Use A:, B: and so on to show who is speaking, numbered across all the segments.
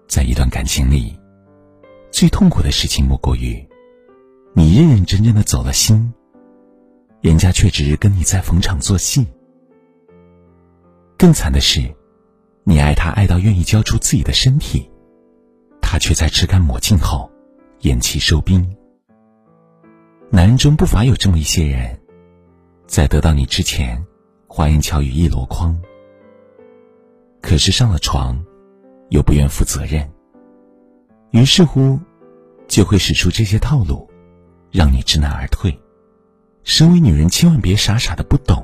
A: 在一段感情里，最痛苦的事情莫过于你认认真真的走了心，人家却只是跟你在逢场作戏。更惨的是，你爱他爱到愿意交出自己的身体，他却在吃干抹净后偃旗收兵。男人中不乏有这么一些人，在得到你之前花言巧语一箩筐，可是上了床又不愿负责任，于是乎就会使出这些套路，让你知难而退。身为女人，千万别傻傻的不懂。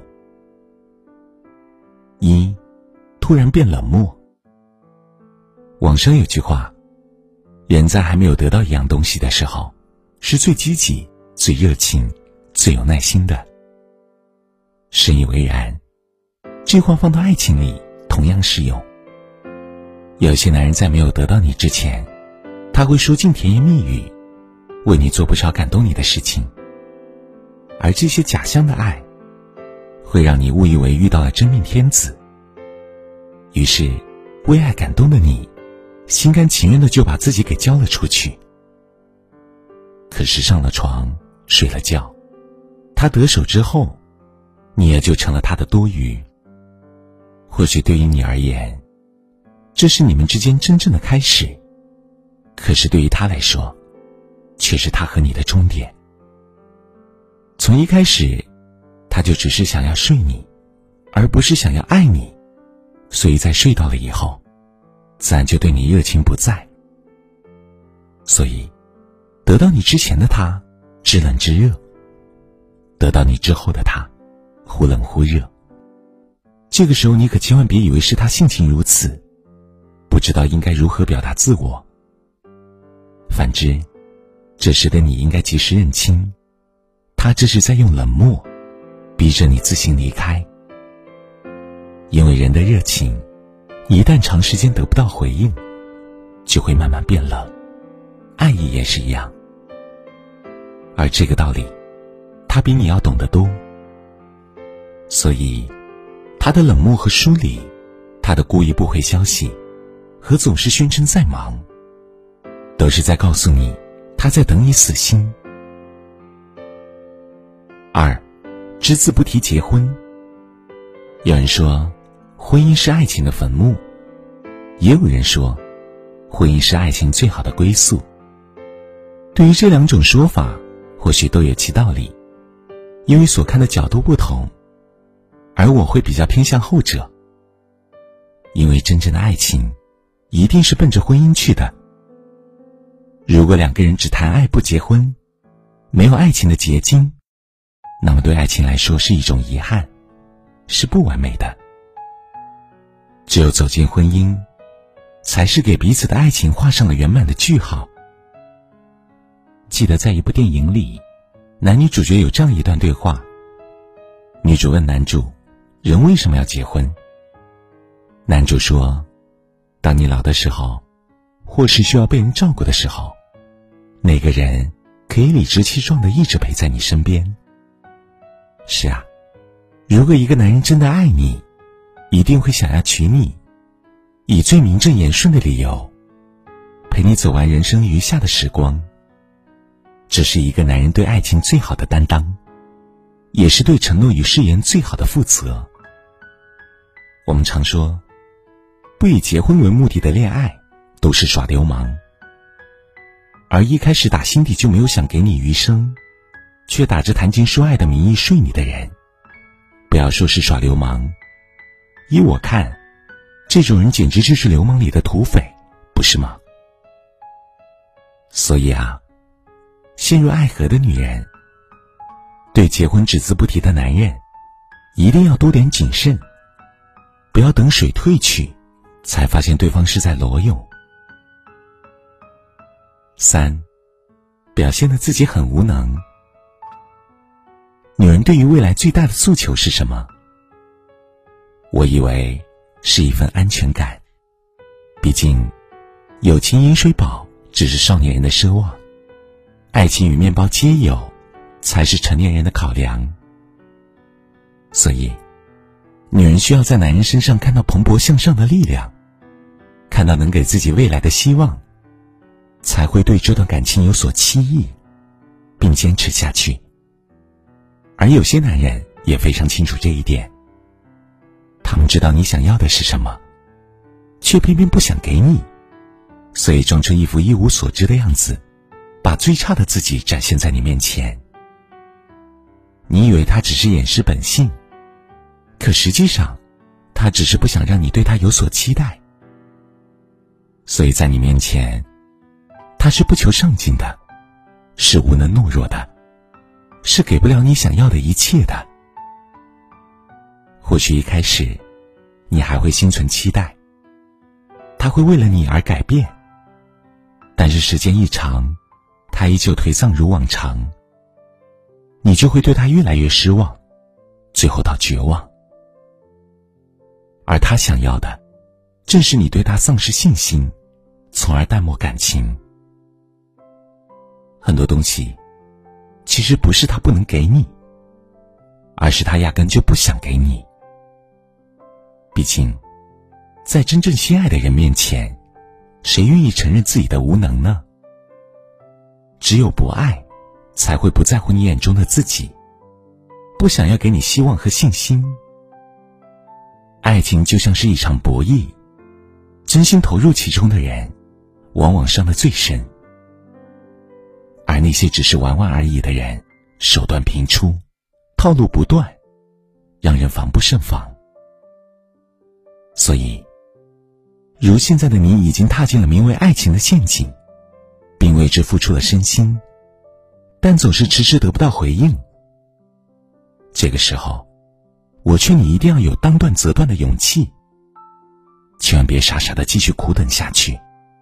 A: 一，突然变冷漠。网上有句话，人在还没有得到一样东西的时候，是最积极、最热情、最有耐心的。深以为然，这话放到爱情里同样适用。有些男人在没有得到你之前，他会说尽甜言蜜语，为你做不少感动你的事情，而这些假象的爱会让你误以为遇到了真命天子，于是为爱感动的你心甘情愿的就把自己给交了出去。可是上了床睡了觉，他得手之后，你也就成了他的多余。或许对于你而言，这是你们之间真正的开始，可是对于他来说，却是他和你的终点。从一开始，他就只是想要睡你，而不是想要爱你，所以在睡到了以后，自然就对你热情不在。所以得到你之前的他知冷知热，得到你之后的他忽冷忽热。这个时候你可千万别以为是他性情如此，不知道应该如何表达自我。反之，这时的你应该及时认清，他这是在用冷漠逼着你自行离开。因为人的热情一旦长时间得不到回应，就会慢慢变冷，爱意也是一样。而这个道理他比你要懂得多，所以他的冷漠和疏离，他的故意不回消息和总是宣称在忙，都是在告诉你他在等你死心。二，只字不提结婚。有人说婚姻是爱情的坟墓，也有人说婚姻是爱情最好的归宿。对于这两种说法，或许都有其道理，因为所看的角度不同，而我会比较偏向后者。因为真正的爱情一定是奔着婚姻去的。如果两个人只谈爱不结婚，没有爱情的结晶，那么对爱情来说是一种遗憾，是不完美的。只有走进婚姻，才是给彼此的爱情画上了圆满的句号。记得在一部电影里，男女主角有这样一段对话。女主问男主，人为什么要结婚？男主说，当你老的时候，或是需要被人照顾的时候，那个人可以理直气壮地一直陪在你身边。是啊，如果一个男人真的爱你，一定会想要娶你，以最名正言顺的理由陪你走完人生余下的时光。这是一个男人对爱情最好的担当，也是对承诺与誓言最好的负责。我们常说，不以结婚为目的的恋爱都是耍流氓，而一开始打心底就没有想给你余生，却打着谈情说爱的名义睡你的人，不要说是耍流氓，依我看，这种人简直就是流氓里的土匪，不是吗？所以啊，陷入爱河的女人，对结婚只字不提的男人，一定要多点谨慎，不要等水退去才发现对方是在裸泳。三，表现得自己很无能。女人对于未来最大的诉求是什么？我以为是一份安全感，毕竟友情饮水饱只是少年人的奢望，爱情与面包皆有才是成年人的考量。所以女人需要在男人身上看到蓬勃向上的力量， 看到能给自己未来的希望，才会对这段感情有所期意，并坚持下去。而有些男人也非常清楚这一点，他们知道你想要的是什么，却偏偏不想给你，所以装出一副一无所知的样子，把最差的自己展现在你面前。你以为他只是掩饰本性，可实际上他只是不想让你对他有所期待。所以在你面前，他是不求上进的，是无能懦弱的，是给不了你想要的一切的。或许一开始你还会心存期待，他会为了你而改变，但是时间一长，他依旧颓丧如往常，你就会对他越来越失望，最后到绝望。而他想要的正是你对他丧失信心，从而淡漠感情。很多东西其实不是他不能给你，而是他压根就不想给你。毕竟在真正心爱的人面前，谁愿意承认自己的无能呢？只有不爱，才会不在乎你眼中的自己，不想要给你希望和信心。爱情就像是一场博弈，真心投入其中的人往往伤得最深，而那些只是玩玩而已的人，手段频出，套路不断，让人防不胜防。所以如现在的你已经踏进了名为爱情的陷阱，并为之付出了身心，但总是迟迟得不到回应。这个时候，我劝你一定要有当断则断的勇气，千万别傻傻的继续苦等下去。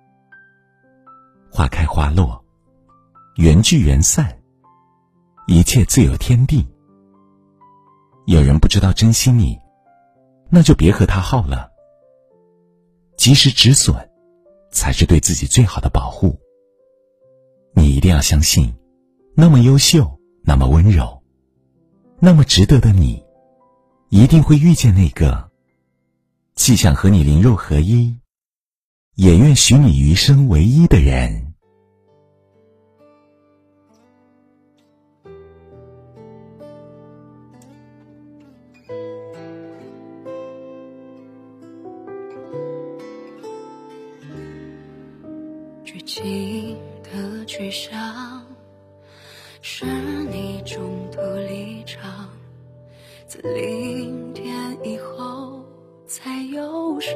A: 花开花落，缘聚缘散，一切自有天定。有人不知道珍惜你，那就别和他耗了。及时止损，才是对自己最好的保护。你一定要相信，那么优秀，那么温柔，那么值得的你，一定会遇见那个既想和你灵肉合一，也愿许你余生唯一的人。
B: 剧情的去向是你中途离场，自0天以后才忧伤，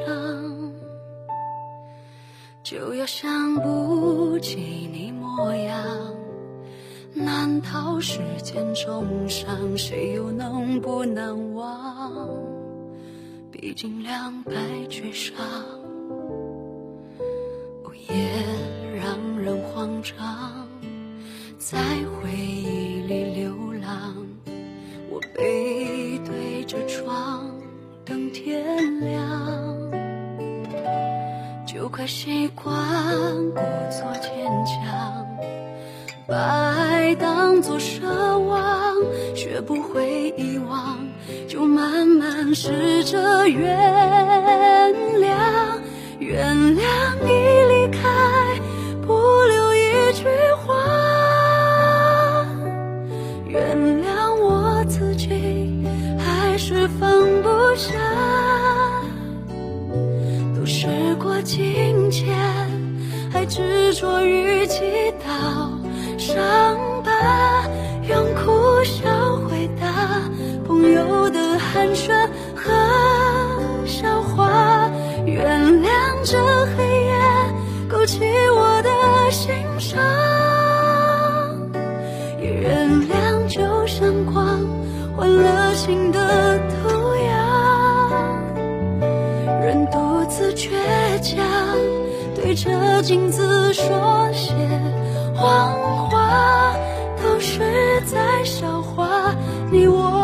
B: 就要想不起你模样，难逃时间重伤，谁又能不难忘？毕竟200绝杀，也让人慌张，在回忆里流浪，我背对着窗等天亮，就快习惯故作坚强，把爱当作奢望，学不会遗忘，就慢慢试着原谅，原谅你离开，不留一句话，原谅我自己还是放不下，都时过境迁，还执着于祈祷，伤疤用哭笑回答朋友的寒暄和笑话，原谅这黑夜勾起我的心伤，也原谅旧相框换了新的图样，人独自倔强，对着镜子说些谎话，都是在笑话你我